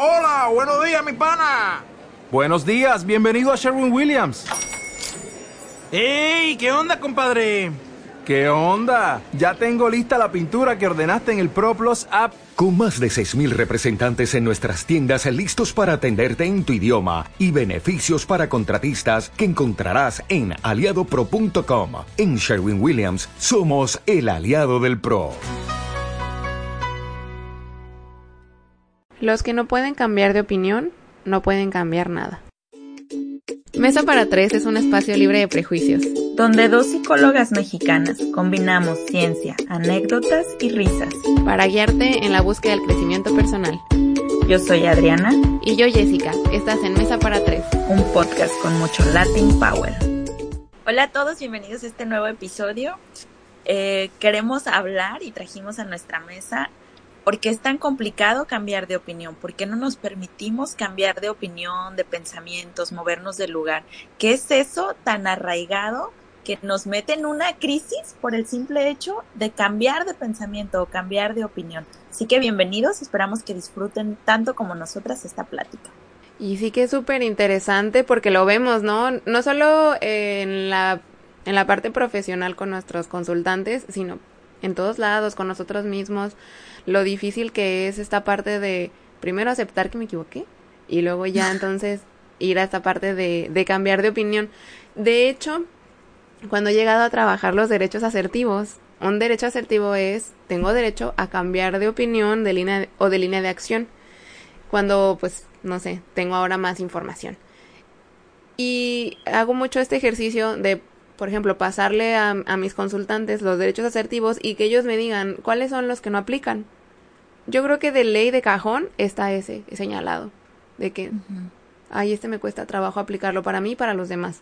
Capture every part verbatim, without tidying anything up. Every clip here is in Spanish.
Hola, buenos días, mi pana. Buenos días, bienvenido a Sherwin-Williams. ¡Ey! ¿Qué onda, compadre? ¿Qué onda? Ya tengo lista la pintura que ordenaste en el ProPlus app. Con más de seis mil representantes en nuestras tiendas listos para atenderte en tu idioma y beneficios para contratistas que encontrarás en aliado pro punto com. En Sherwin-Williams somos el aliado del pro. Los que no pueden cambiar de opinión, no pueden cambiar nada. Mesa para Tres es un espacio libre de prejuicios, donde dos psicólogas mexicanas combinamos ciencia, anécdotas y risas, para guiarte en la búsqueda del crecimiento personal. Yo soy Adriana. Y yo, Jessica. Estás en Mesa para Tres, un podcast con mucho Latin Power. Hola a todos, bienvenidos a este nuevo episodio. Eh, queremos hablar y trajimos a nuestra mesa ¿por qué es tan complicado cambiar de opinión? ¿Por qué no nos permitimos cambiar de opinión, de pensamientos, movernos del lugar? ¿Qué es eso tan arraigado que nos mete en una crisis por el simple hecho de cambiar de pensamiento o cambiar de opinión? Así que bienvenidos, esperamos que disfruten tanto como nosotras esta plática. Y sí que es súper interesante porque lo vemos, ¿no? No solo en la, en la parte profesional con nuestros consultantes, sino en todos lados, con nosotros mismos. Lo difícil que es esta parte de primero aceptar que me equivoqué y luego ya entonces ir a esta parte de, de cambiar de opinión. De hecho, cuando he llegado a trabajar los derechos asertivos, un derecho asertivo es, tengo derecho a cambiar de opinión de línea de, o de línea de acción cuando, pues, no sé, tengo ahora más información. Y hago mucho este ejercicio de, por ejemplo, pasarle a, a mis consultantes los derechos asertivos y que ellos me digan cuáles son los que no aplican. Yo creo que de ley de cajón está ese señalado, de que, uh-huh. ay, este me cuesta trabajo aplicarlo para mí y para los demás.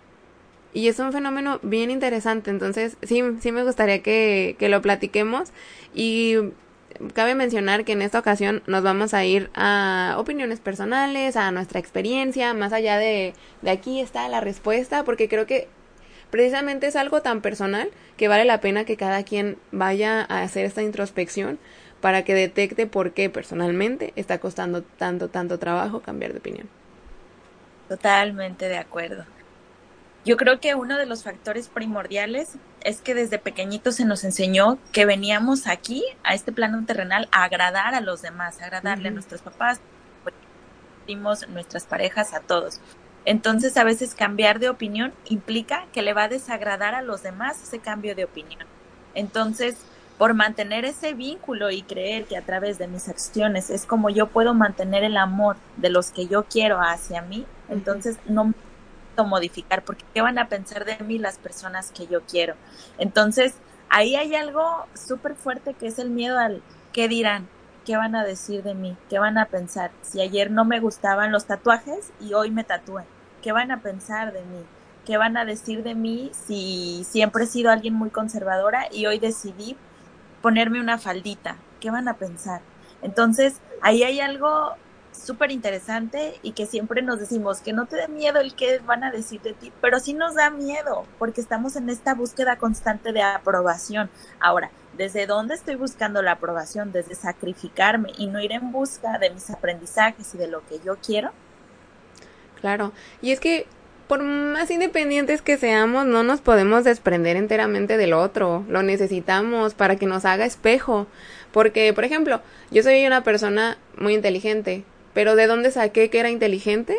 Y es un fenómeno bien interesante, entonces sí, sí me gustaría que, que lo platiquemos. Y cabe mencionar que en esta ocasión nos vamos a ir a opiniones personales, a nuestra experiencia, más allá de, de aquí está la respuesta, porque creo que precisamente es algo tan personal que vale la pena que cada quien vaya a hacer esta introspección para que detecte por qué personalmente está costando tanto, tanto trabajo cambiar de opinión. Totalmente de acuerdo. Yo creo que uno de los factores primordiales es que desde pequeñitos se nos enseñó que veníamos aquí, a este plano terrenal, a agradar a los demás, a agradarle uh-huh. a nuestros papás, primos, nuestras parejas, a todos. Entonces, a veces cambiar de opinión implica que le va a desagradar a los demás ese cambio de opinión. Entonces, por mantener ese vínculo y creer que a través de mis acciones es como yo puedo mantener el amor de los que yo quiero hacia mí, entonces no me puedo modificar, porque ¿qué van a pensar de mí las personas que yo quiero? Entonces, ahí hay algo súper fuerte que es el miedo al ¿qué dirán? ¿Qué van a decir de mí? ¿Qué van a pensar? Si ayer no me gustaban los tatuajes y hoy me tatúen, ¿qué van a pensar de mí? ¿Qué van a decir de mí si siempre he sido alguien muy conservadora y hoy decidí ponerme una faldita? ¿Qué van a pensar? Entonces, ahí hay algo súper interesante y que siempre nos decimos que no te dé miedo el qué van a decir de ti, pero sí nos da miedo porque estamos en esta búsqueda constante de aprobación. Ahora, ¿desde dónde estoy buscando la aprobación? ¿Desde sacrificarme y no ir en busca de mis aprendizajes y de lo que yo quiero? Claro, y es que por más independientes que seamos, no nos podemos desprender enteramente del otro, lo necesitamos para que nos haga espejo, porque, por ejemplo, yo soy una persona muy inteligente, pero ¿de dónde saqué que era inteligente?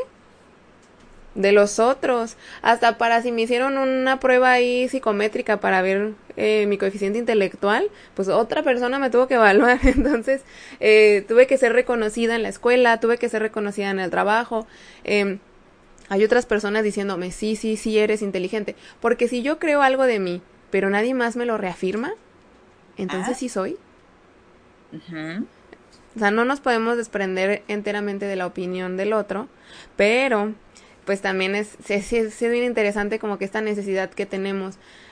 De los otros, hasta para si me hicieron una prueba ahí psicométrica para ver eh, mi coeficiente intelectual, pues otra persona me tuvo que evaluar, entonces eh, tuve que ser reconocida en la escuela, tuve que ser reconocida en el trabajo, eh, hay otras personas diciéndome, sí, sí, sí eres inteligente, porque si yo creo algo de mí, pero nadie más me lo reafirma, entonces ah. sí soy. Uh-huh. O sea, no nos podemos desprender enteramente de la opinión del otro, pero pues también es, es, es, es bien interesante como que esta necesidad que tenemos.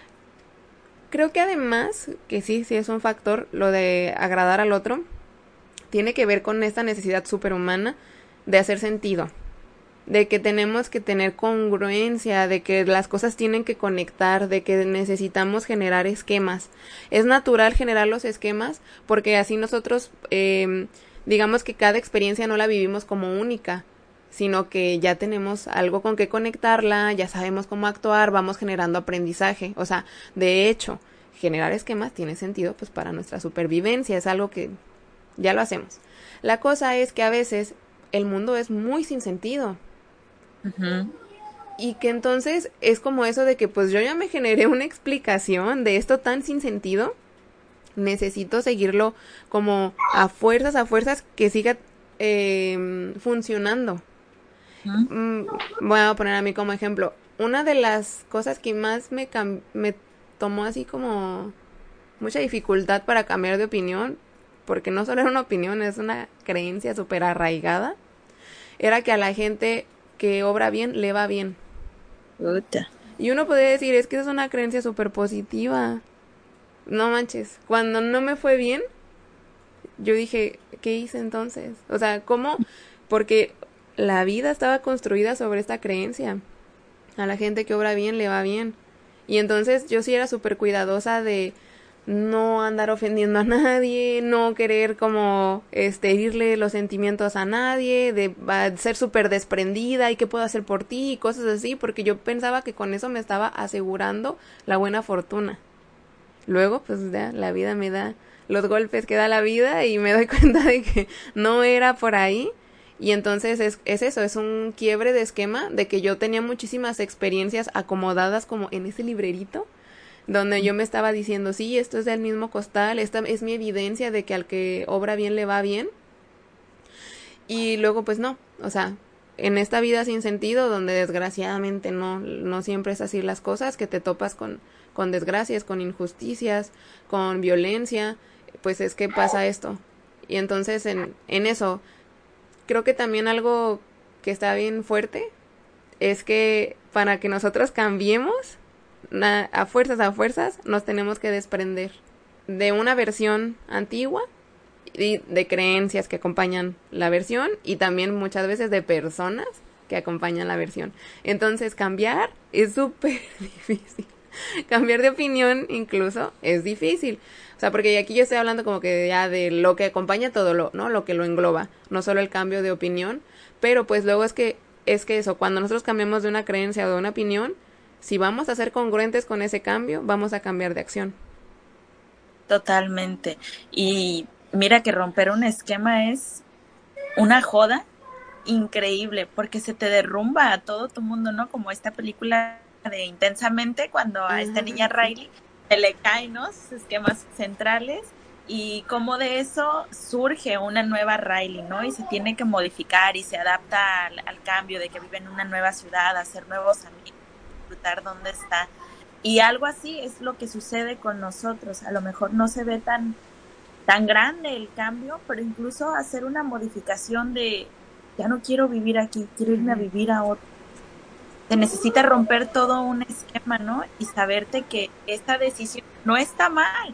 Creo que además, que sí, sí es un factor, lo de agradar al otro, tiene que ver con esta necesidad superhumana de hacer sentido, de que tenemos que tener congruencia, de que las cosas tienen que conectar, de que necesitamos generar esquemas. Es natural generar los esquemas porque así nosotros eh, digamos que cada experiencia no la vivimos como única, sino que ya tenemos algo con que conectarla, ya sabemos cómo actuar, vamos generando aprendizaje. O sea, de hecho, generar esquemas tiene sentido pues para nuestra supervivencia, es algo que ya lo hacemos. La cosa es que a veces el mundo es muy sin sentido. Uh-huh. Y que entonces es como eso de que pues yo ya me generé una explicación de esto tan sin sentido, necesito seguirlo como a fuerzas, a fuerzas que siga eh, funcionando. Uh-huh. Mm, voy a poner a mí como ejemplo, una de las cosas que más me, cam- me tomó así como mucha dificultad para cambiar de opinión, porque no solo era una opinión, es una creencia súper arraigada, era que a la gente que obra bien, le va bien. Puta. Y uno podría decir, es que es una creencia súper positiva. No manches, cuando no me fue bien, yo dije, ¿qué hice entonces? O sea, ¿cómo? Porque la vida estaba construida sobre esta creencia. A la gente que obra bien, le va bien. Y entonces yo sí era súper cuidadosa de no andar ofendiendo a nadie, no querer como este herirle los sentimientos a nadie, de uh, ser súper desprendida y qué puedo hacer por ti y cosas así, porque yo pensaba que con eso me estaba asegurando la buena fortuna. Luego pues ya la vida me da los golpes que da la vida y me doy cuenta de que no era por ahí. Y entonces es, es eso, es un quiebre de esquema de que yo tenía muchísimas experiencias acomodadas como en ese librerito, donde yo me estaba diciendo, sí, esto es del mismo costal, esta es mi evidencia de que al que obra bien le va bien. Y luego pues no, o sea, en esta vida sin sentido, donde desgraciadamente no, no siempre es así las cosas, que te topas con, con desgracias, con injusticias, con violencia, pues es que pasa esto. Y entonces en, en eso, creo que también algo que está bien fuerte es que para que nosotros cambiemos, a fuerzas, a fuerzas, nos tenemos que desprender de una versión antigua y de creencias que acompañan la versión y también muchas veces de personas que acompañan la versión. Entonces cambiar es súper difícil. Cambiar de opinión incluso es difícil. O sea, porque aquí yo estoy hablando como que ya de lo que acompaña todo lo, ¿no? Lo que lo engloba, no solo el cambio de opinión, pero pues luego es que es que eso, cuando nosotros cambiamos de una creencia o de una opinión, si vamos a ser congruentes con ese cambio, vamos a cambiar de acción. Totalmente. Y mira que romper un esquema es una joda increíble, porque se te derrumba a todo tu mundo, ¿no? Como esta película de Intensamente, cuando a esta niña Riley se le caen, ¿no?, sus esquemas centrales, y cómo de eso surge una nueva Riley, ¿no? Y se tiene que modificar y se adapta al, al cambio de que vive en una nueva ciudad, hacer nuevos amigos, disfrutar dónde está. Y algo así es lo que sucede con nosotros. A lo mejor no se ve tan, tan grande el cambio, pero incluso hacer una modificación de ya no quiero vivir aquí, quiero irme a vivir a otro. Se necesita romper todo un esquema, ¿no? Y saberte que esta decisión no está mal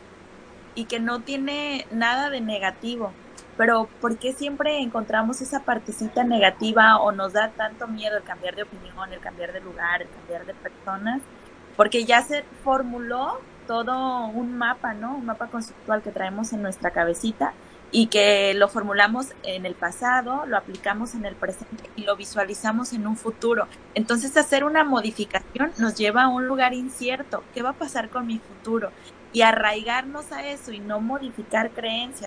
y que no tiene nada de negativo. Pero ¿por qué siempre encontramos esa partecita negativa o nos da tanto miedo el cambiar de opinión, el cambiar de lugar, el cambiar de personas? Porque ya se formuló todo un mapa, ¿no? Un mapa conceptual que traemos en nuestra cabecita y que lo formulamos en el pasado, lo aplicamos en el presente y lo visualizamos en un futuro. Entonces, hacer una modificación nos lleva a un lugar incierto. ¿Qué va a pasar con mi futuro? Y arraigarnos a eso y no modificar creencias,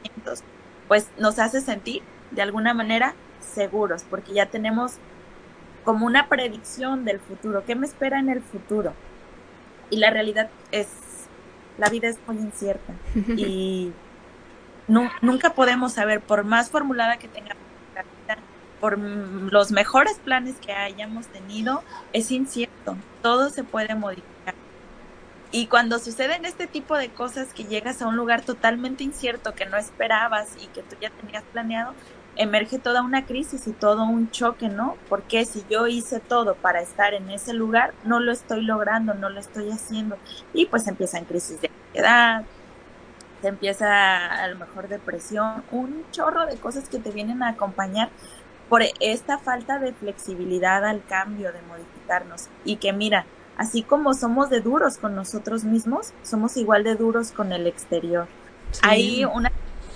pues nos hace sentir de alguna manera seguros, porque ya tenemos como una predicción del futuro. ¿Qué me espera en el futuro? Y la realidad es, la vida es muy incierta y no, nunca podemos saber, por más formulada que tengamos la vida, por los mejores planes que hayamos tenido, es incierto, todo se puede modificar. Y cuando suceden este tipo de cosas, que llegas a un lugar totalmente incierto que no esperabas y que tú ya tenías planeado, emerge toda una crisis y todo un choque, ¿no? Porque si yo hice todo para estar en ese lugar, no lo estoy logrando, no lo estoy haciendo. Y pues empiezan crisis de ansiedad, se empieza a lo mejor depresión, un chorro de cosas que te vienen a acompañar por esta falta de flexibilidad al cambio, de modificarnos. Y que mira, así como somos de duros con nosotros mismos, somos igual de duros con el exterior. Sí. Hay una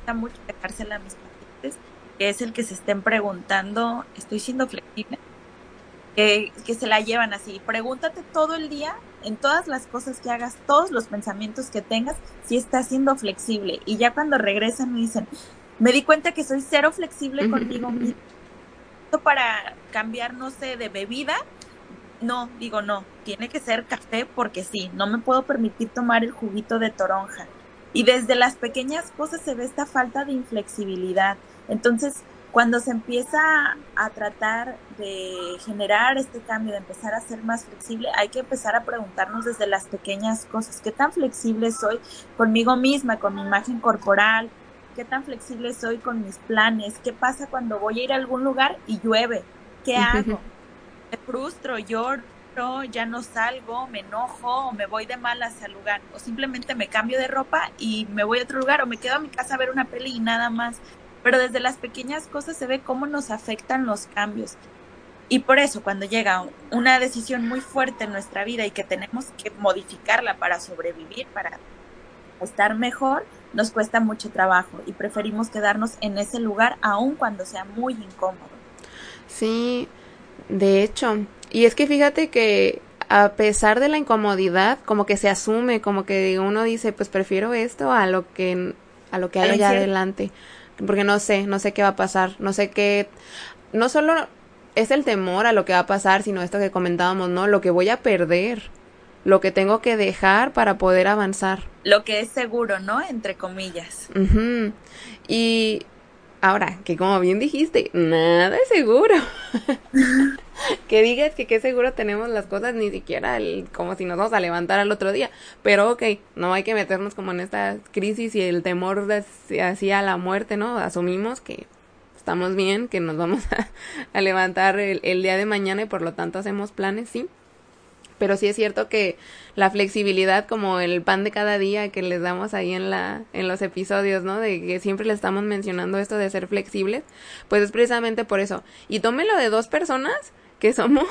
cuesta mucho dejársela a mis pacientes, que es el que se estén preguntando, ¿estoy siendo flexible? Que, que se la llevan así, pregúntate todo el día, en todas las cosas que hagas, todos los pensamientos que tengas, si estás siendo flexible. Y ya cuando regresan me dicen, me di cuenta que soy cero flexible conmigo mismo. Para cambiar, no sé, de bebida, no, digo no, tiene que ser café porque sí, no me puedo permitir tomar el juguito de toronja. Y desde las pequeñas cosas se ve esta falta de inflexibilidad. Entonces, cuando se empieza a tratar de generar este cambio, de empezar a ser más flexible, hay que empezar a preguntarnos desde las pequeñas cosas. ¿Qué tan flexible soy conmigo misma, con mi imagen corporal? ¿Qué tan flexible soy con mis planes? ¿Qué pasa cuando voy a ir a algún lugar y llueve? ¿Qué hago? Me frustro, lloro, ya no salgo, me enojo o me voy de malas al lugar. O simplemente me cambio de ropa y me voy a otro lugar o me quedo a mi casa a ver una peli y nada más. Pero desde las pequeñas cosas se ve cómo nos afectan los cambios. Y por eso cuando llega una decisión muy fuerte en nuestra vida y que tenemos que modificarla para sobrevivir, para estar mejor, nos cuesta mucho trabajo y preferimos quedarnos en ese lugar aun cuando sea muy incómodo. Sí, de hecho. Y es que fíjate que a pesar de la incomodidad, como que se asume, como que uno dice, pues prefiero esto a lo que, a lo que hay allá adelante. Porque no sé, no sé qué va a pasar, no sé qué, no solo es el temor a lo que va a pasar, sino esto que comentábamos, ¿no? Lo que voy a perder, lo que tengo que dejar para poder avanzar. Lo que es seguro, ¿no? Entre comillas. Uh-huh. Y ahora, que como bien dijiste, nada es seguro. Que digas que qué seguro tenemos las cosas, ni siquiera el, como si nos vamos a levantar al otro día. Pero ok, no hay que meternos como en esta crisis y el temor hacia la muerte, ¿no? Asumimos que estamos bien, que nos vamos a, a levantar el, el día de mañana y por lo tanto hacemos planes, sí. Pero sí es cierto que la flexibilidad, como el pan de cada día que les damos ahí en la en los episodios, ¿no? De que siempre le estamos mencionando esto de ser flexibles, pues es precisamente por eso. Y tómelo de dos personas que somos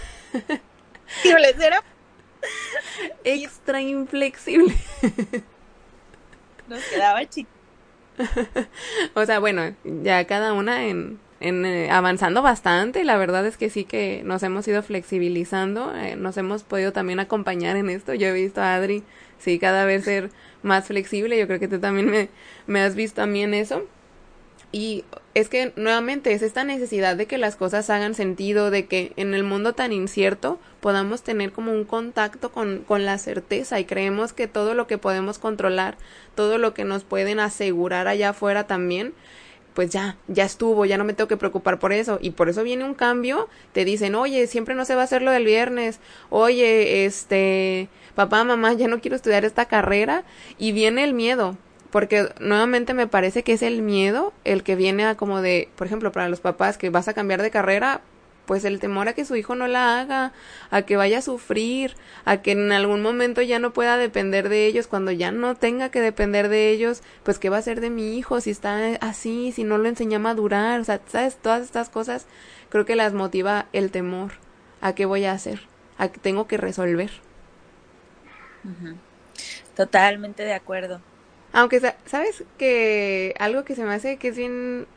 extra inflexibles. Nos quedaba chico. O sea, bueno, ya cada una en... En, eh, avanzando bastante, la verdad es que sí que nos hemos ido flexibilizando, eh, nos hemos podido también acompañar en esto. Yo he visto a Adri, sí, cada vez ser más flexible, yo creo que tú también me, me has visto a mí en eso. Y es que nuevamente es esta necesidad de que las cosas hagan sentido, de que en el mundo tan incierto podamos tener como un contacto con, con la certeza, y creemos que todo lo que podemos controlar, todo lo que nos pueden asegurar allá afuera también, pues ya, ya estuvo, ya no me tengo que preocupar por eso. Y por eso viene un cambio, te dicen, oye, siempre no se va a hacer lo del viernes, oye, este, papá, mamá, ya no quiero estudiar esta carrera, y viene el miedo, porque nuevamente me parece que es el miedo el que viene a como de, por ejemplo, para los papás que vas a cambiar de carrera, pues el temor a que su hijo no la haga, a que vaya a sufrir, a que en algún momento ya no pueda depender de ellos, cuando ya no tenga que depender de ellos, pues qué va a ser de mi hijo si está así, si no lo enseñé a madurar, o sea, ¿sabes? Todas estas cosas creo que las motiva el temor a qué voy a hacer, a que tengo que resolver. Uh-huh. Totalmente de acuerdo. Aunque, ¿sabes? Que algo que se me hace que es bien,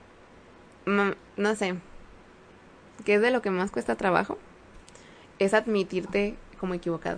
no sé, que es de lo que más cuesta trabajo, es admitirte como equivocado.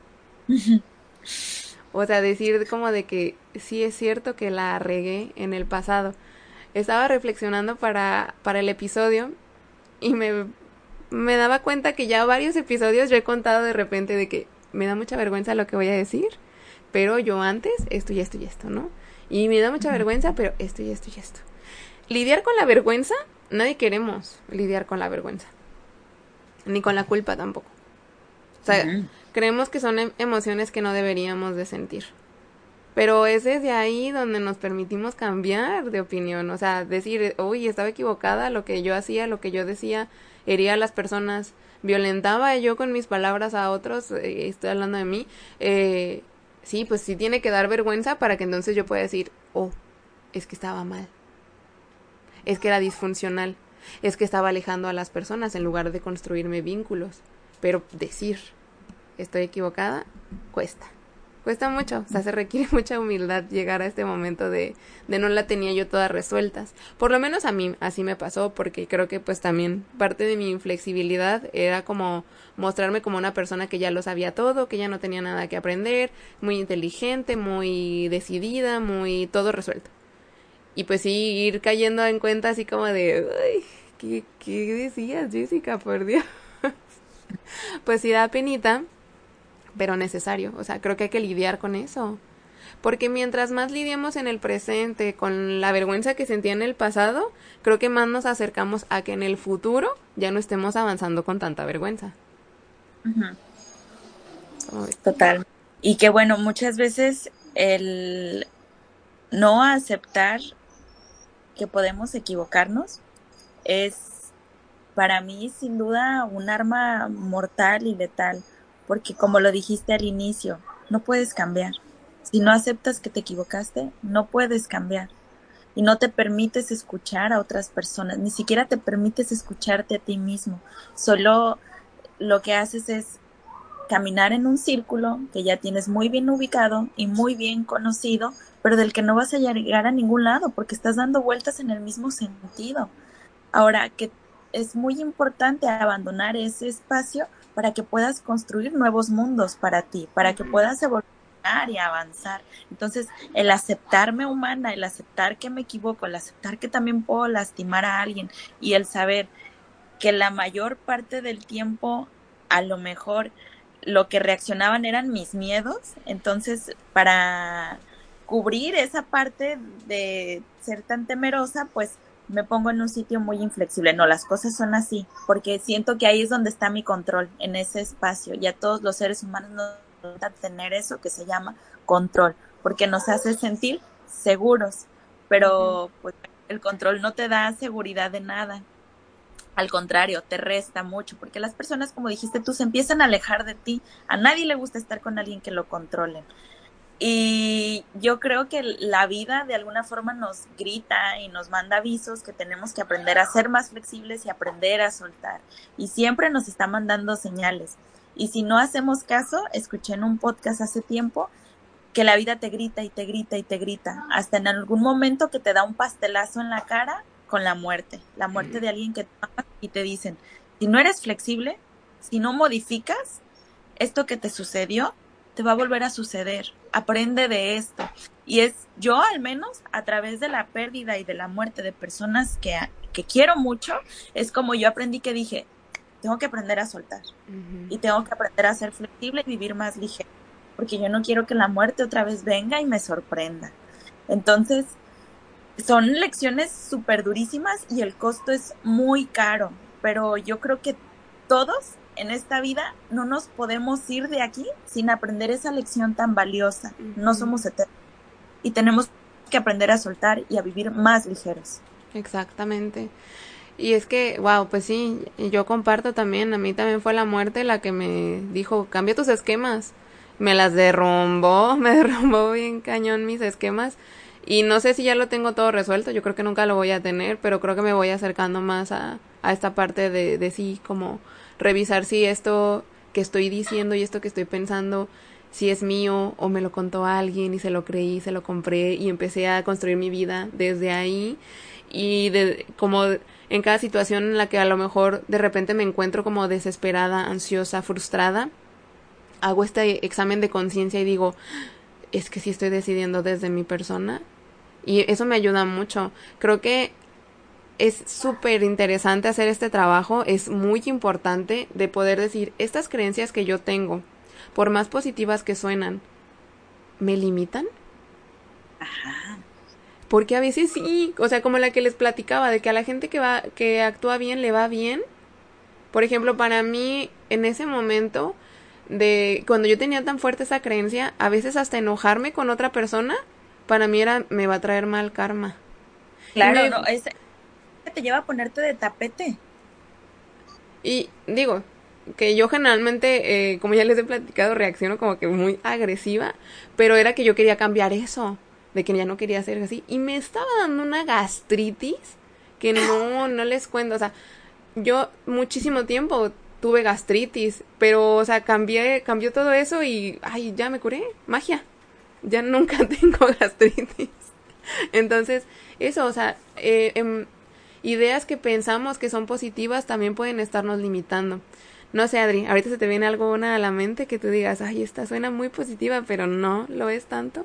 O sea, decir como de que sí es cierto que la regué en el pasado. Estaba reflexionando para, para el episodio y me, me daba cuenta que ya varios episodios yo he contado de repente de que me da mucha vergüenza lo que voy a decir, pero yo antes esto y esto y esto, ¿no? Y me da mucha vergüenza, pero esto y esto y esto. Lidiar con la vergüenza, nadie queremos lidiar con la vergüenza. Ni con la culpa tampoco. O sea, uh-huh. creemos que son em- emociones que no deberíamos de sentir. Pero es desde ahí donde nos permitimos cambiar de opinión. O sea, decir, uy, estaba equivocada, lo que yo hacía, lo que yo decía, hería a las personas, violentaba yo con mis palabras a otros, eh, estoy hablando de mí. Eh, sí, pues sí tiene que dar vergüenza para que entonces yo pueda decir, oh, es que estaba mal. Es que era disfuncional. Es que estaba alejando a las personas en lugar de construirme vínculos. Pero decir, estoy equivocada, cuesta. cuesta mucho, o sea, se requiere mucha humildad llegar a este momento de, de no la tenía yo todas resueltas. Por lo menos a mí así me pasó, porque creo que pues también parte de mi inflexibilidad era como mostrarme como una persona que ya lo sabía todo, que ya no tenía nada que aprender, muy inteligente, muy decidida, muy todo resuelto. Y pues sí, ir cayendo en cuenta así como de, uy, ¿qué, qué decías, Jessica? Por Dios. Pues sí da penita, pero necesario. O sea, creo que hay que lidiar con eso. Porque mientras más lidiemos en el presente con la vergüenza que sentía en el pasado, creo que más nos acercamos a que en el futuro ya no estemos avanzando con tanta vergüenza. Uh-huh. Total. Y que bueno, muchas veces el no aceptar que podemos equivocarnos es para mí sin duda un arma mortal y letal. Porque como lo dijiste al inicio, no puedes cambiar. Si no aceptas que te equivocaste, no puedes cambiar. Y no te permites escuchar a otras personas, ni siquiera te permites escucharte a ti mismo. Solo lo que haces es caminar en un círculo que ya tienes muy bien ubicado y muy bien conocido, pero del que no vas a llegar a ningún lado porque estás dando vueltas en el mismo sentido. Ahora, que es muy importante abandonar ese espacio para que puedas construir nuevos mundos para ti, para que puedas evolucionar y avanzar. Entonces, el aceptarme humana, el aceptar que me equivoco, el aceptar que también puedo lastimar a alguien y el saber que la mayor parte del tiempo, a lo mejor, lo que reaccionaban eran mis miedos. Entonces, para cubrir esa parte de ser tan temerosa, pues me pongo en un sitio muy inflexible. No, las cosas son así, porque siento que ahí es donde está mi control, en ese espacio. Y a todos los seres humanos nos gusta tener eso que se llama control, porque nos hace sentir seguros, pero pues el control no te da seguridad de nada. Al contrario, te resta mucho, porque las personas, como dijiste tú, se empiezan a alejar de ti. A nadie le gusta estar con alguien que lo controle. Y yo creo que la vida de alguna forma nos grita y nos manda avisos que tenemos que aprender a ser más flexibles y aprender a soltar. Y siempre nos está mandando señales. Y si no hacemos caso, escuché en un podcast hace tiempo que la vida te grita y te grita y te grita. Hasta en algún momento que te da un pastelazo en la cara con la muerte. La muerte de alguien que te ama y te dicen, si no eres flexible, si no modificas esto que te sucedió, te va a volver a suceder. Aprende de esto. Y es yo, al menos, a través de la pérdida y de la muerte de personas que, que quiero mucho, es como yo aprendí que dije, tengo que aprender a soltar. Uh-huh. Y tengo que aprender a ser flexible y vivir más ligero. Porque yo no quiero que la muerte otra vez venga y me sorprenda. Entonces, son lecciones súper durísimas y el costo es muy caro. Pero yo creo que todos en esta vida no nos podemos ir de aquí sin aprender esa lección tan valiosa. Uh-huh. No somos eternos y tenemos que aprender a soltar y a vivir más ligeros. Exactamente. Y es que, wow, pues sí, yo comparto también, a mí también fue la muerte la que me dijo, cambia tus esquemas. Me las derrumbó, me derrumbó bien cañón mis esquemas. Y no sé si ya lo tengo todo resuelto, yo creo que nunca lo voy a tener, pero creo que me voy acercando más a, a esta parte de, de sí, como revisar si esto que estoy diciendo y esto que estoy pensando, si es mío o me lo contó alguien y se lo creí, se lo compré y empecé a construir mi vida desde ahí. Y de, como en cada situación en la que a lo mejor de repente me encuentro como desesperada, ansiosa, frustrada, hago este examen de conciencia y digo, es que sí estoy decidiendo desde mi persona. Y eso me ayuda mucho. Creo que es súper interesante hacer este trabajo, es muy importante de poder decir, estas creencias que yo tengo, por más positivas que suenan, ¿me limitan? Ajá. Porque a veces sí, o sea, como la que les platicaba, de que a la gente que va, que actúa bien, le va bien. Por ejemplo, para mí, en ese momento, de cuando yo tenía tan fuerte esa creencia, a veces hasta enojarme con otra persona, para mí era, me va a traer mal karma. Claro, me, no, es, te lleva a ponerte de tapete. Y digo, que yo generalmente, eh, como ya les he platicado, reacciono como que muy agresiva, pero era que yo quería cambiar eso, de que ya no quería ser así, y me estaba dando una gastritis que no, no les cuento, o sea, yo muchísimo tiempo tuve gastritis, pero, o sea, cambié, cambió todo eso y, ay, ya me curé, magia, ya nunca tengo gastritis. Entonces, eso, o sea, eh, eh, ideas que pensamos que son positivas también pueden estarnos limitando. No sé, Adri, ahorita se te viene algo una a la mente que tú digas, ay, esta suena muy positiva, pero no lo es tanto.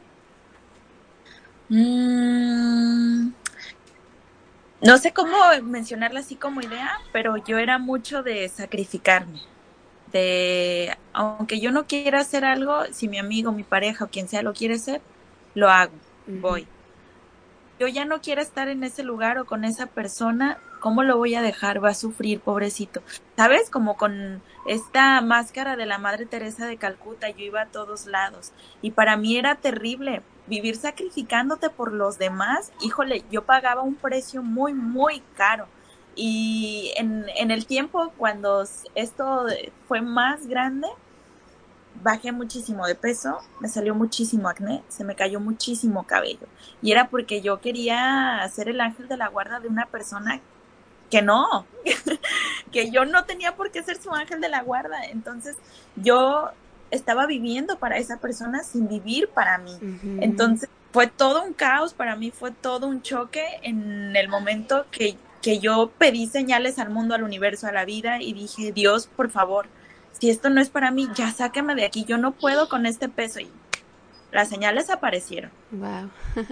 Mm, no sé cómo mencionarla así como idea, pero yo era mucho de sacrificarme. De, aunque yo no quiera hacer algo, si mi amigo, mi pareja o quien sea lo quiere hacer, lo hago, Uh-huh. voy. Yo ya no quiero estar en ese lugar o con esa persona, ¿cómo lo voy a dejar? Va a sufrir, pobrecito. ¿Sabes? Como con esta máscara de la Madre Teresa de Calcuta, yo iba a todos lados. Y para mí era terrible vivir sacrificándote por los demás. Híjole, yo pagaba un precio muy, muy caro. Y en, en el tiempo, cuando esto fue más grande, bajé muchísimo de peso, me salió muchísimo acné, se me cayó muchísimo cabello. Y era porque yo quería ser el ángel de la guarda de una persona que no, que yo no tenía por qué ser su ángel de la guarda. Entonces yo estaba viviendo para esa persona sin vivir para mí. Uh-huh. Entonces fue todo un caos para mí, fue todo un choque en el momento que, que yo pedí señales al mundo, al universo, a la vida y dije, Dios, por favor, si esto no es para mí, ya sáqueme de aquí, yo no puedo con este peso. Y las señales aparecieron. Wow.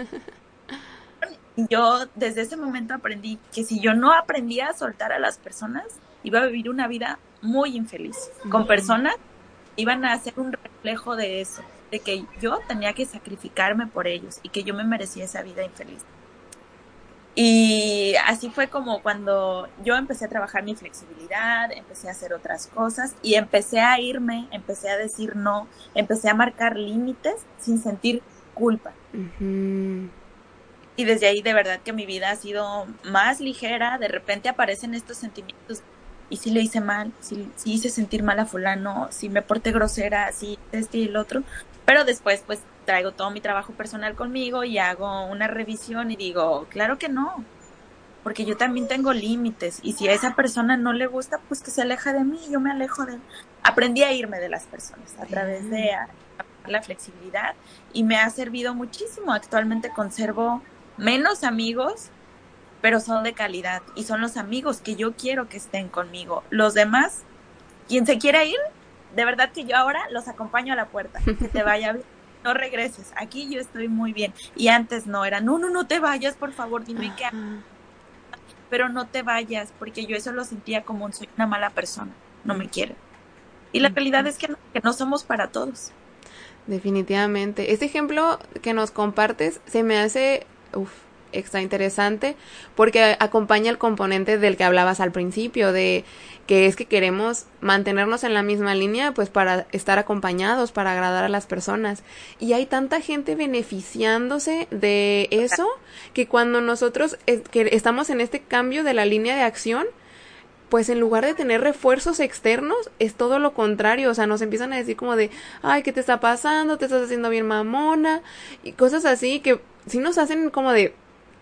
Yo desde ese momento aprendí que si yo no aprendía a soltar a las personas, iba a vivir una vida muy infeliz. Uh-huh. Con personas iban a hacer un reflejo de eso, de que yo tenía que sacrificarme por ellos y que yo me merecía esa vida infeliz. Y así fue como cuando yo empecé a trabajar mi flexibilidad, empecé a hacer otras cosas y empecé a irme, empecé a decir no, empecé a marcar límites sin sentir culpa. Uh-huh. Y desde ahí de verdad que mi vida ha sido más ligera, de repente aparecen estos sentimientos, y si le hice mal, si, si hice sentir mal a fulano, si me porté grosera, si este y el otro, pero después pues traigo todo mi trabajo personal conmigo y hago una revisión y digo, claro que no, porque yo también tengo límites y si a esa persona no le gusta, pues que se aleja de mí, yo me alejo de él. Aprendí a irme de las personas a través de la flexibilidad y me ha servido muchísimo. Actualmente conservo menos amigos, pero son de calidad y son los amigos que yo quiero que estén conmigo. Los demás, quien se quiera ir, de verdad que yo ahora los acompaño a la puerta, que te vaya bien. No regreses, aquí yo estoy muy bien. Y antes no, era, no, no, no te vayas, por favor, dime qué. Pero no te vayas, porque yo eso lo sentía como soy una mala persona, no me quieren. Y la realidad es que no, que no somos para todos. Definitivamente. Este ejemplo que nos compartes se me hace uf, extra interesante porque acompaña el componente del que hablabas al principio, de que es que queremos mantenernos en la misma línea pues para estar acompañados, para agradar a las personas. Y hay tanta gente beneficiándose de eso que cuando nosotros es, que estamos en este cambio de la línea de acción, pues en lugar de tener refuerzos externos, es todo lo contrario. O sea, nos empiezan a decir como de, ay, ¿qué te está pasando? Te estás haciendo bien mamona. Y cosas así que sí nos hacen como de,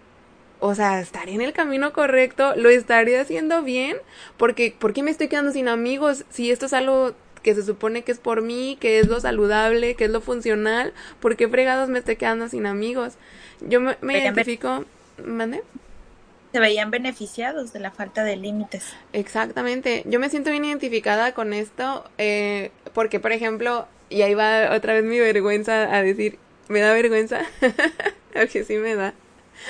o sea, ¿estaré en el camino correcto? ¿Lo estaré haciendo bien? Porque, ¿por qué me estoy quedando sin amigos? Si esto es algo que se supone que es por mí, que es lo saludable, que es lo funcional, ¿por qué fregados me estoy quedando sin amigos? Yo me, me identifico... ¿Mande? Se veían beneficiados de la falta de límites. Exactamente. Yo me siento bien identificada con esto, eh, porque, por ejemplo, y ahí va otra vez mi vergüenza a decir, ¿me da vergüenza? Porque sí me da.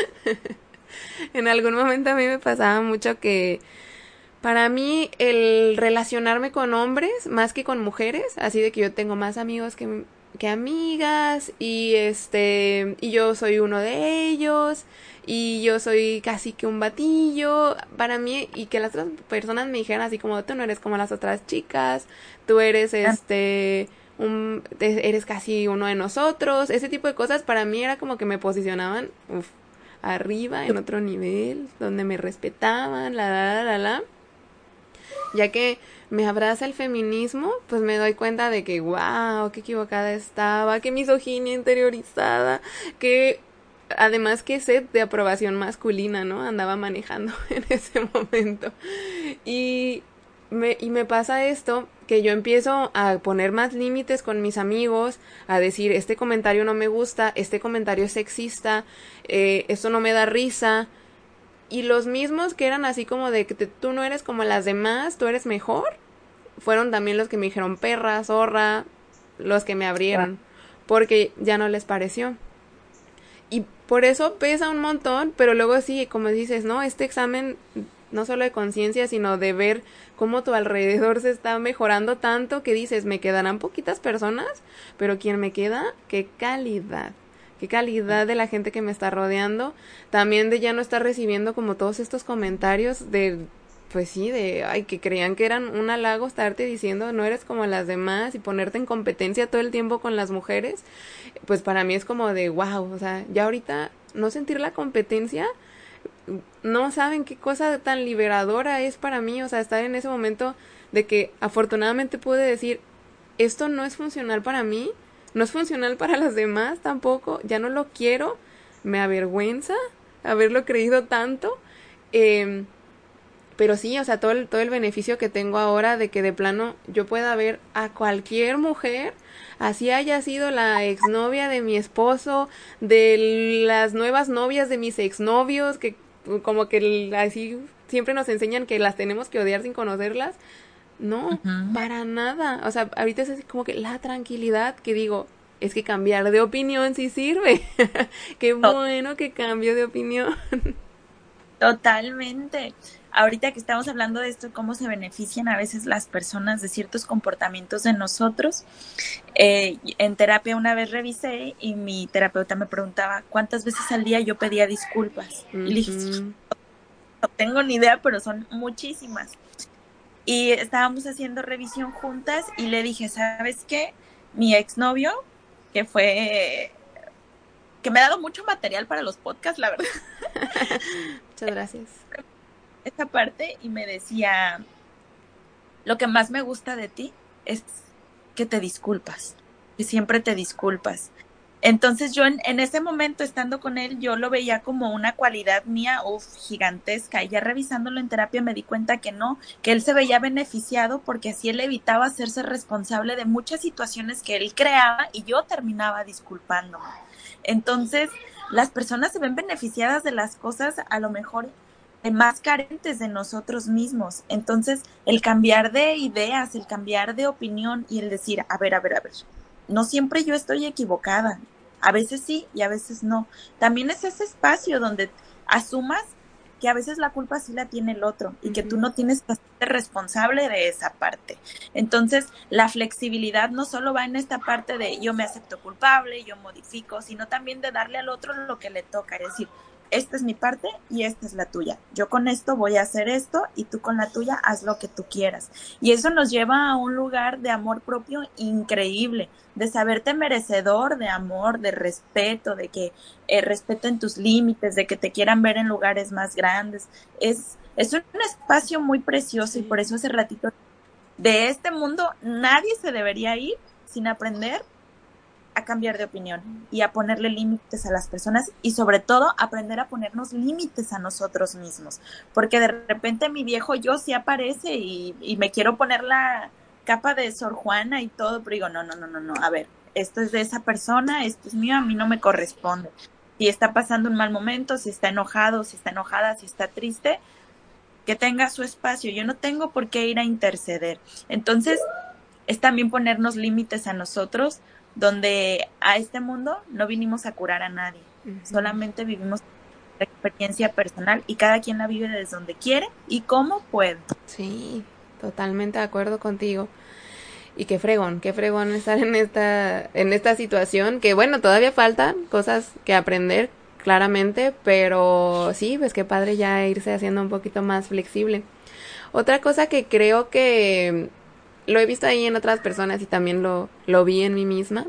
En algún momento a mí me pasaba mucho que para mí el relacionarme con hombres más que con mujeres, así de que yo tengo más amigos que, que amigas y este y yo soy uno de ellos y yo soy casi que un batillo para mí, y que las otras personas me dijeran así como, tú no eres como las otras chicas, tú eres este un eres casi uno de nosotros, ese tipo de cosas para mí era como que me posicionaban uf, arriba, en otro nivel, donde me respetaban, la, la, la, la, la. Ya que me abraza el feminismo, pues me doy cuenta de que, wow, qué equivocada estaba, qué misoginia interiorizada, que además qué sed de aprobación masculina, ¿no? Andaba manejando en ese momento. Y me, y me pasa esto, que yo empiezo a poner más límites con mis amigos, a decir, este comentario no me gusta, este comentario es sexista, eh, esto no me da risa. Y los mismos que eran así como de que te, tú no eres como las demás, tú eres mejor, fueron también los que me dijeron perra, zorra, los que me abrieron, porque ya no les pareció. Y por eso pesa un montón, pero luego sí, como dices, ¿no? Este examen no solo de conciencia, sino de ver cómo tu alrededor se está mejorando tanto que dices, me quedarán poquitas personas, pero quien me queda, qué calidad. Qué calidad de la gente que me está rodeando. También de ya no estar recibiendo como todos estos comentarios de, pues sí, de, ay, que creían que eran un halago estarte diciendo no eres como las demás y ponerte en competencia todo el tiempo con las mujeres. Pues para mí es como de, wow, o sea, ya ahorita no sentir la competencia, no saben qué cosa tan liberadora es para mí. O sea, estar en ese momento de que afortunadamente pude decir, esto no es funcional para mí, no es funcional para las demás tampoco, ya no lo quiero, me avergüenza haberlo creído tanto, eh, pero sí, o sea, todo el, todo el beneficio que tengo ahora de que de plano yo pueda ver a cualquier mujer, así haya sido la exnovia de mi esposo, de las nuevas novias de mis exnovios, que como que así siempre nos enseñan que las tenemos que odiar sin conocerlas. No, uh-huh. Para nada. O sea, ahorita es así como que la tranquilidad que digo, es que cambiar de opinión sí sirve. Qué bueno que cambio de opinión. Totalmente. Ahorita que estamos hablando de esto, cómo se benefician a veces las personas de ciertos comportamientos de nosotros. Eh, en terapia una vez revisé y mi terapeuta me preguntaba cuántas veces al día yo pedía disculpas. Uh-huh. Y le dije, no tengo ni idea, pero son muchísimas. Y estábamos haciendo revisión juntas y le dije, ¿sabes qué? Mi exnovio, que fue, que me ha dado mucho material para los podcasts, la verdad. Muchas gracias. Esta parte y me decía, lo que más me gusta de ti es que te disculpas, que siempre te disculpas. Entonces yo en, en ese momento estando con él, yo lo veía como una cualidad mía, uf, gigantesca, y ya revisándolo en terapia me di cuenta que no, que él se veía beneficiado porque así él evitaba hacerse responsable de muchas situaciones que él creaba y yo terminaba disculpándome. Entonces las personas se ven beneficiadas de las cosas a lo mejor más carentes de nosotros mismos. Entonces el cambiar de ideas, el cambiar de opinión y el decir, a ver, a ver, a ver, no siempre yo estoy equivocada, a veces sí y a veces no. También es ese espacio donde asumas que a veces la culpa sí la tiene el otro y uh-huh. que tú no tienes que ser responsable de esa parte. Entonces, la flexibilidad no solo va en esta parte de yo me acepto culpable, yo modifico, sino también de darle al otro lo que le toca, es decir, esta es mi parte y esta es la tuya. Yo con esto voy a hacer esto y tú con la tuya haz lo que tú quieras. Y eso nos lleva a un lugar de amor propio increíble, de saberte merecedor de amor, de respeto, de que eh, respeten tus límites, de que te quieran ver en lugares más grandes. Es, es un espacio muy precioso sí. Y por eso hace ratito de este mundo nadie se debería ir sin aprender a cambiar de opinión y a ponerle límites a las personas y sobre todo aprender a ponernos límites a nosotros mismos, porque de repente mi viejo yo sí aparece y, y me quiero poner la capa de Sor Juana y todo, pero digo, no, no, no, no, no, a ver, esto es de esa persona, esto es mío, a mí no me corresponde. Si está pasando un mal momento, si está enojado, si está enojada, si está triste, que tenga su espacio, yo no tengo por qué ir a interceder. Entonces, es también ponernos límites a nosotros, donde a este mundo no vinimos a curar a nadie, uh-huh. solamente vivimos la experiencia personal y cada quien la vive desde donde quiere y cómo puede. Sí, totalmente de acuerdo contigo. Y qué fregón, qué fregón estar en esta, en esta situación, que bueno, todavía faltan cosas que aprender, claramente, pero sí, pues qué padre ya irse haciendo un poquito más flexible. Otra cosa que creo que lo he visto ahí en otras personas y también lo, lo vi en mí misma,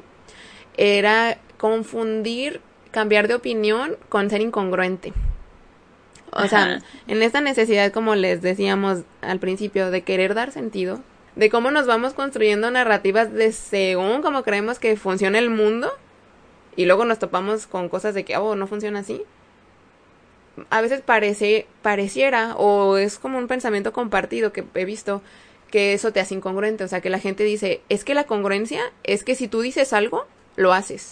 era confundir cambiar de opinión con ser incongruente. O Ajá. sea, en esta necesidad, como les decíamos al principio, de querer dar sentido, de cómo nos vamos construyendo narrativas de según como creemos que funciona el mundo, y luego nos topamos con cosas de que, oh, no funciona así. A veces parece, pareciera, o es como un pensamiento compartido que he visto, que eso te hace incongruente, o sea, que la gente dice, es que la congruencia es que si tú dices algo, lo haces.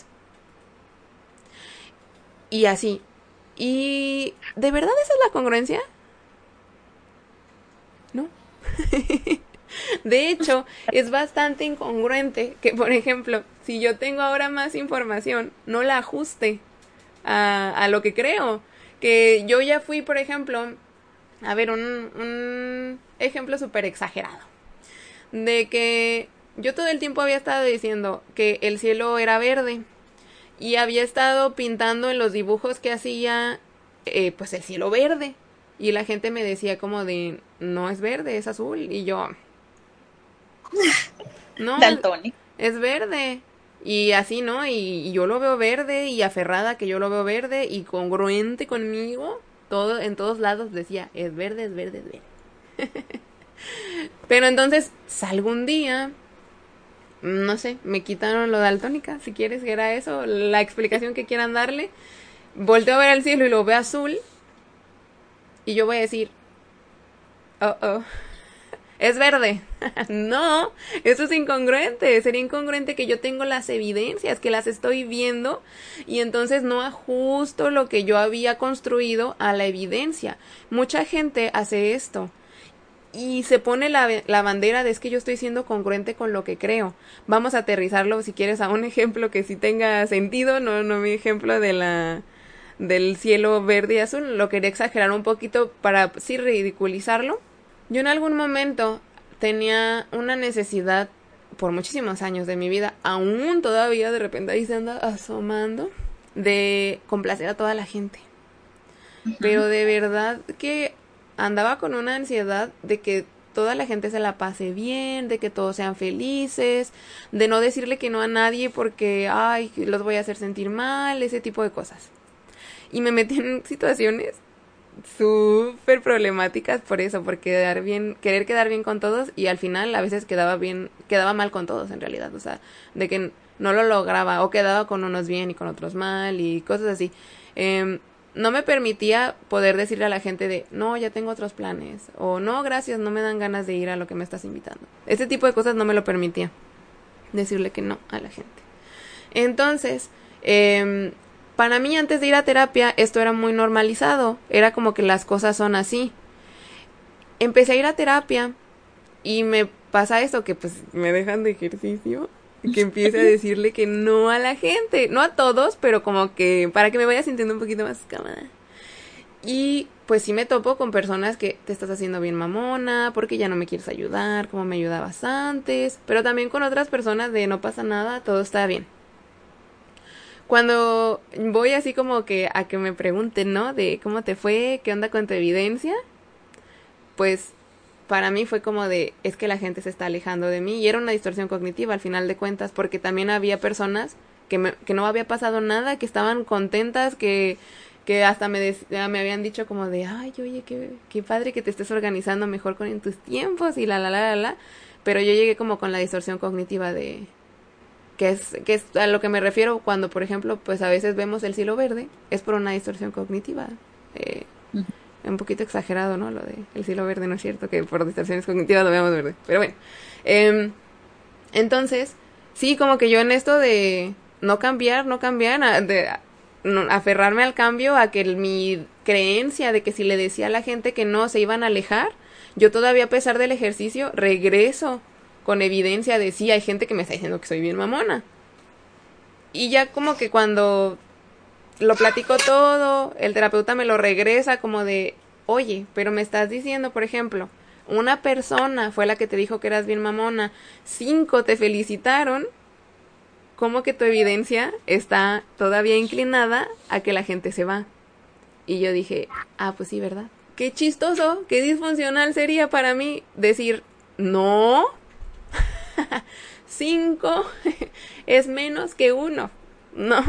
Y así. ¿Y de verdad esa es la congruencia? No. De hecho, es bastante incongruente que, por ejemplo, si yo tengo ahora más información, no la ajuste a, a lo que creo. Que yo ya fui, por ejemplo, a ver, un, un ejemplo súper exagerado. De que yo todo el tiempo había estado diciendo que el cielo era verde. Y había estado pintando en los dibujos que hacía, eh, pues el cielo verde. Y la gente me decía como de, no es verde, es azul. Y yo, no, Daltónico. Es verde. Y así, ¿no? Y, y yo lo veo verde y aferrada que yo lo veo verde y congruente conmigo. Todo, en todos lados decía, es verde, es verde, es verde. Pero entonces salgo un día, no sé, me quitaron lo daltónica, si quieres que era eso, la explicación que quieran darle. Volteo a ver el cielo y lo veo azul. Y yo voy a decir, oh, oh, es verde. No, eso es incongruente. Sería incongruente que yo tengo las evidencias, que las estoy viendo, y entonces no ajusto lo que yo había construido a la evidencia. Mucha gente hace esto. Y se pone la, la bandera de es que yo estoy siendo congruente con lo que creo. Vamos a aterrizarlo, si quieres, a un ejemplo que sí tenga sentido, no, no mi ejemplo de la del cielo verde y azul. Lo quería exagerar un poquito para sí ridiculizarlo. Yo en algún momento tenía una necesidad, por muchísimos años de mi vida, aún todavía de repente ahí se anda asomando, de complacer a toda la gente. Uh-huh. Pero de verdad que andaba con una ansiedad de que toda la gente se la pase bien, de que todos sean felices, de no decirle que no a nadie porque, ay, los voy a hacer sentir mal, ese tipo de cosas. Y me metí en situaciones súper problemáticas por eso, por quedar bien, querer quedar bien con todos, y al final a veces quedaba bien, quedaba mal con todos en realidad, o sea, de que no lo lograba, o quedaba con unos bien y con otros mal, y cosas así. Eh, no me permitía poder decirle a la gente de, no, ya tengo otros planes, o no, gracias, no me dan ganas de ir a lo que me estás invitando. Ese tipo de cosas no me lo permitía, decirle que no a la gente. Entonces, eh, para mí antes de ir a terapia esto era muy normalizado, era como que las cosas son así. Empecé a ir a terapia y me pasa esto, que pues me dejan de ejercicio, que empiece a decirle que no a la gente, no a todos, pero como que para que me vaya sintiendo un poquito más cómoda. Y pues sí me topo con personas que te estás haciendo bien mamona, porque ya no me quieres ayudar como me ayudabas antes, pero también con otras personas de no pasa nada, todo está bien. Cuando voy así como que a que me pregunten, ¿no? De cómo te fue, qué onda con tu evidencia, pues para mí fue como de, es que la gente se está alejando de mí, y era una distorsión cognitiva al final de cuentas, porque también había personas que, me, que no había pasado nada, que estaban contentas, que, que hasta me, des, me habían dicho como de, ay, oye, qué, qué padre que te estés organizando mejor con en tus tiempos, y la, la, la, la, la, pero yo llegué como con la distorsión cognitiva de, que es, que es a lo que me refiero cuando, por ejemplo, pues a veces vemos el cielo verde, es por una distorsión cognitiva, eh, uh-huh. Un poquito exagerado, ¿no? Lo de el cielo verde, no es cierto que por distorsiones cognitivas lo veamos verde. Pero bueno. Eh, entonces, sí, como que yo en esto de no cambiar, no cambiar, de no, aferrarme al cambio, a que el, mi creencia de que si le decía a la gente que no, se iban a alejar, yo todavía a pesar del ejercicio, regreso con evidencia de sí, hay gente que me está diciendo que soy bien mamona. Y ya como que cuando lo platico todo, el terapeuta me lo regresa como de, oye, pero me estás diciendo, por ejemplo, una persona fue la que te dijo que eras bien mamona, cinco te felicitaron, ¿cómo que tu evidencia está todavía inclinada a que la gente se va? Y yo dije, ah, pues sí, ¿verdad? Qué chistoso, qué disfuncional sería para mí decir, no, cinco es menos que uno, no.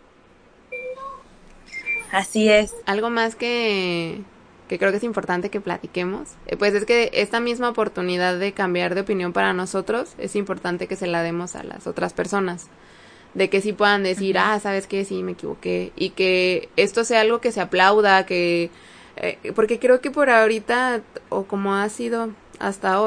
Así es. Algo más que, que creo que es importante que platiquemos, eh, pues es que esta misma oportunidad de cambiar de opinión para nosotros, es importante que se la demos a las otras personas, de que sí puedan decir, uh-huh. ah, ¿sabes qué? Sí, me equivoqué, y que esto sea algo que se aplauda, que, eh, porque creo que por ahorita, o como ha sido hasta ahora,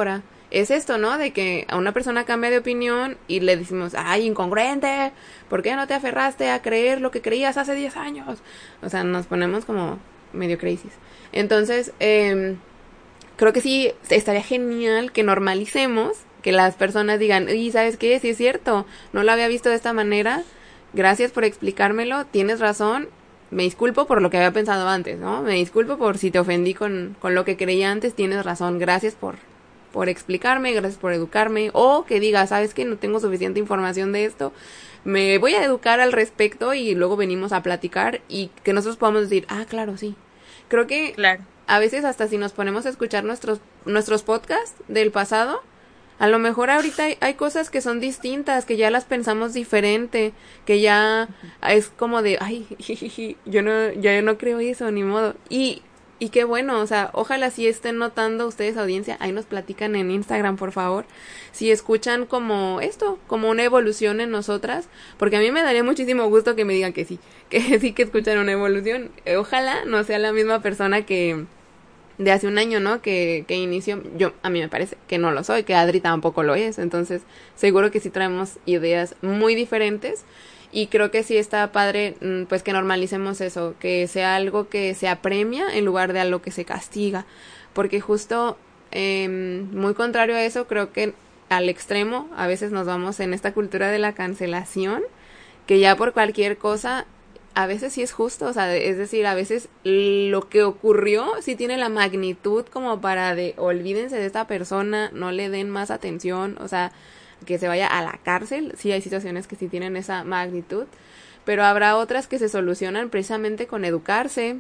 es esto, ¿no? De que a una persona cambia de opinión y le decimos, ay, incongruente, ¿por qué no te aferraste a creer lo que creías hace diez años? O sea, nos ponemos como medio crisis. Entonces, eh, creo que sí, estaría genial que normalicemos, que las personas digan, y ¿sabes qué? Sí es cierto, no lo había visto de esta manera, gracias por explicármelo, tienes razón, me disculpo por lo que había pensado antes, ¿no? Me disculpo por si te ofendí con, con lo que creía antes, tienes razón, gracias por, por explicarme, gracias por educarme, o que diga, ¿sabes qué? No tengo suficiente información de esto, me voy a educar al respecto y luego venimos a platicar y que nosotros podamos decir, ah, claro, sí. Creo que Claro. a veces hasta si nos ponemos a escuchar nuestros, nuestros podcasts del pasado, a lo mejor ahorita hay, hay cosas que son distintas, que ya las pensamos diferente, que ya es como de, ay, yo no, yo no creo eso, ni modo. Y, y qué bueno, o sea, ojalá si estén notando ustedes, audiencia, ahí nos platican en Instagram, por favor, si escuchan como esto, como una evolución en nosotras, porque a mí me daría muchísimo gusto que me digan que sí, que sí que escuchan una evolución. Ojalá no sea la misma persona que de hace un año, ¿no? Que, que inició, yo, a mí me parece que no lo soy, que Adri tampoco lo es, entonces seguro que sí traemos ideas muy diferentes y creo que sí está padre, pues que normalicemos eso, que sea algo que se apremia en lugar de algo que se castiga, porque justo eh, muy contrario a eso, creo que al extremo a veces nos vamos en esta cultura de la cancelación, que ya por cualquier cosa a veces sí es justo, o sea, es decir, a veces lo que ocurrió sí tiene la magnitud como para de olvídense de esta persona, no le den más atención, o sea, que se vaya a la cárcel, sí hay situaciones que sí tienen esa magnitud, pero habrá otras que se solucionan precisamente con educarse,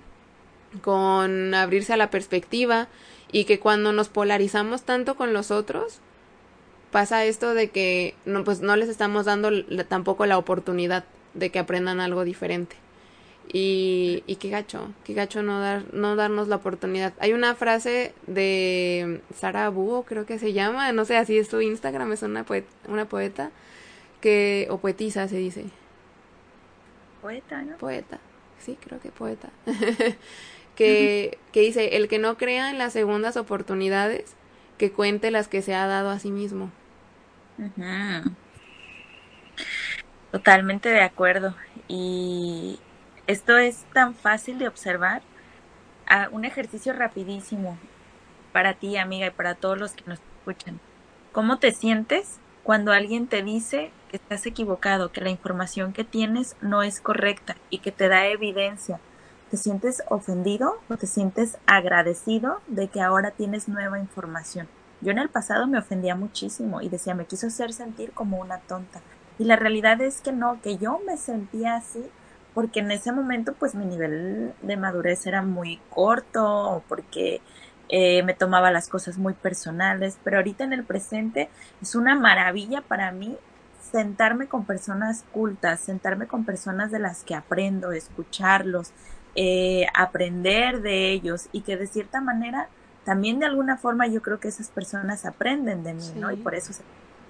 con abrirse a la perspectiva y que cuando nos polarizamos tanto con los otros, pasa esto de que no, pues no les estamos dando tampoco la oportunidad de que aprendan algo diferente. Y, y qué gacho, qué gacho no dar, no darnos la oportunidad. Hay una frase de Sara Búho, creo que se llama, no sé, así es su Instagram, es una poeta, una poeta que, o poetisa se dice. Poeta, ¿no? Poeta, sí, creo que poeta. que, uh-huh. que dice, el que no crea en las segundas oportunidades, que cuente las que se ha dado a sí mismo. Uh-huh. Totalmente de acuerdo. Y esto es tan fácil de observar. Ah, un ejercicio rapidísimo para ti, amiga, y para todos los que nos escuchan. ¿Cómo te sientes cuando alguien te dice que estás equivocado, que la información que tienes no es correcta y que te da evidencia? ¿Te sientes ofendido o te sientes agradecido de que ahora tienes nueva información? Yo en el pasado me ofendía muchísimo y decía, me quiso hacer sentir como una tonta. Y la realidad es que no, que yo me sentía así porque en ese momento pues mi nivel de madurez era muy corto o porque eh, me tomaba las cosas muy personales, pero ahorita en el presente es una maravilla para mí sentarme con personas cultas, sentarme con personas de las que aprendo, escucharlos, eh, aprender de ellos y que de cierta manera también de alguna forma yo creo que esas personas aprenden de mí, sí. ¿no? Y por eso se...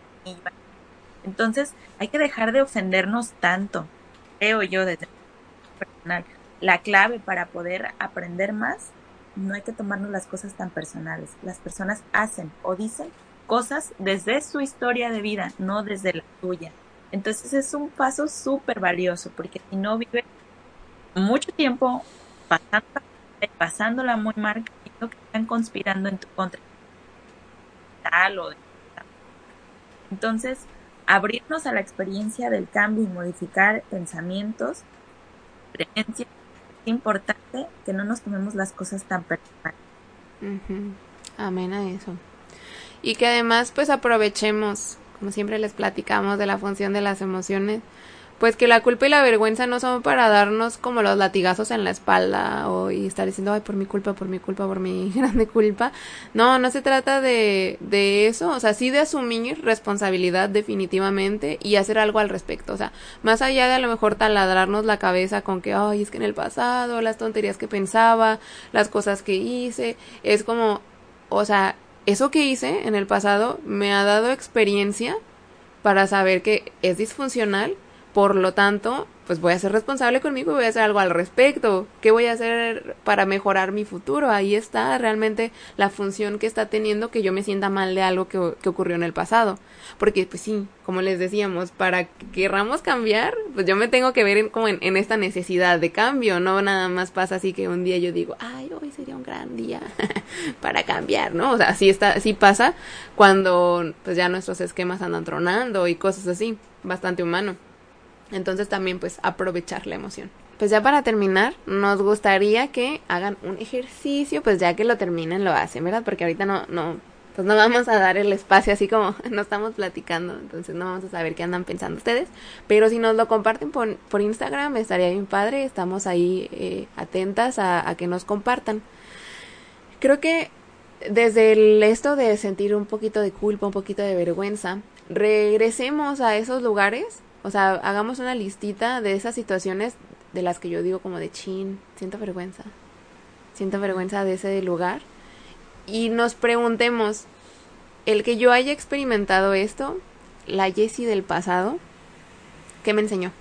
Entonces hay que dejar de ofendernos tanto, creo yo desde personal. La clave para poder aprender más, no hay que tomarnos las cosas tan personales. Las personas hacen o dicen cosas desde su historia de vida, no desde la tuya. Entonces es un paso súper valioso, porque si no vives mucho tiempo pasándola, pasándola muy mal, que están conspirando en tu contra. Tal o de tal. Entonces, abrirnos a la experiencia del cambio y modificar pensamientos, creencias, es importante que no nos tomemos las cosas tan personales. Uh-huh. Amén a eso. Y que además pues aprovechemos, como siempre les platicamos de la función de las emociones, pues que la culpa y la vergüenza no son para darnos como los latigazos en la espalda o y estar diciendo, ay, por mi culpa, por mi culpa, por mi grande culpa. No, no se trata de, de eso, o sea, sí de asumir responsabilidad definitivamente y hacer algo al respecto, o sea, más allá de a lo mejor taladrarnos la cabeza con que, ay, es que en el pasado, las tonterías que pensaba, las cosas que hice, es como, o sea, eso que hice en el pasado me ha dado experiencia para saber que es disfuncional, Por lo tanto, pues voy a ser responsable conmigo y voy a hacer algo al respecto. ¿Qué voy a hacer para mejorar mi futuro? Ahí está realmente la función que está teniendo que yo me sienta mal de algo que, que ocurrió en el pasado. Porque, pues sí, como les decíamos, para que querramos cambiar, pues yo me tengo que ver en, como en, en esta necesidad de cambio. No nada más pasa así que un día yo digo, ay, hoy sería un gran día para cambiar, ¿no? O sea, sí, está, sí pasa cuando pues ya nuestros esquemas andan tronando y cosas así. Bastante humano. Entonces también pues aprovechar la emoción. Pues ya para terminar, nos gustaría que hagan un ejercicio, pues ya que lo terminen lo hacen, ¿verdad? Porque ahorita no, no, pues no vamos a dar el espacio así como no estamos platicando, entonces no vamos a saber qué andan pensando ustedes. Pero si nos lo comparten por, por Instagram, estaría bien padre, estamos ahí eh, atentas a, a que nos compartan. Creo que desde el esto de sentir un poquito de culpa, un poquito de vergüenza, regresemos a esos lugares. O sea, hagamos una listita de esas situaciones de las que yo digo como de chin, siento vergüenza. Siento vergüenza de ese lugar. Y nos preguntemos, el que yo haya experimentado esto, la Jessie del pasado, ¿qué me enseñó?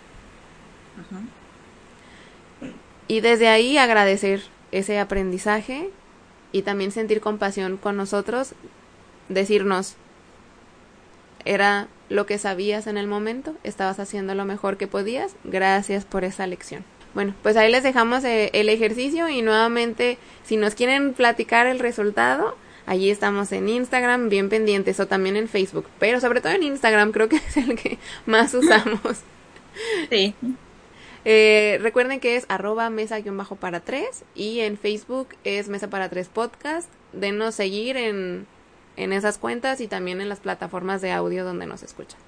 Uh-huh. Y desde ahí agradecer ese aprendizaje y también sentir compasión con nosotros, decirnos, era lo que sabías en el momento, estabas haciendo lo mejor que podías, gracias por esa lección. Bueno, pues ahí les dejamos eh, el ejercicio y nuevamente, si nos quieren platicar el resultado, allí estamos en Instagram, bien pendientes, o también en Facebook, pero sobre todo en Instagram, creo que es el que más usamos. Sí. Eh, recuerden que es arroba mesa guión bajo para tres y en Facebook es Mesa para Tres Podcast. Denos seguir en... en esas cuentas y también en las plataformas de audio donde nos escuchan.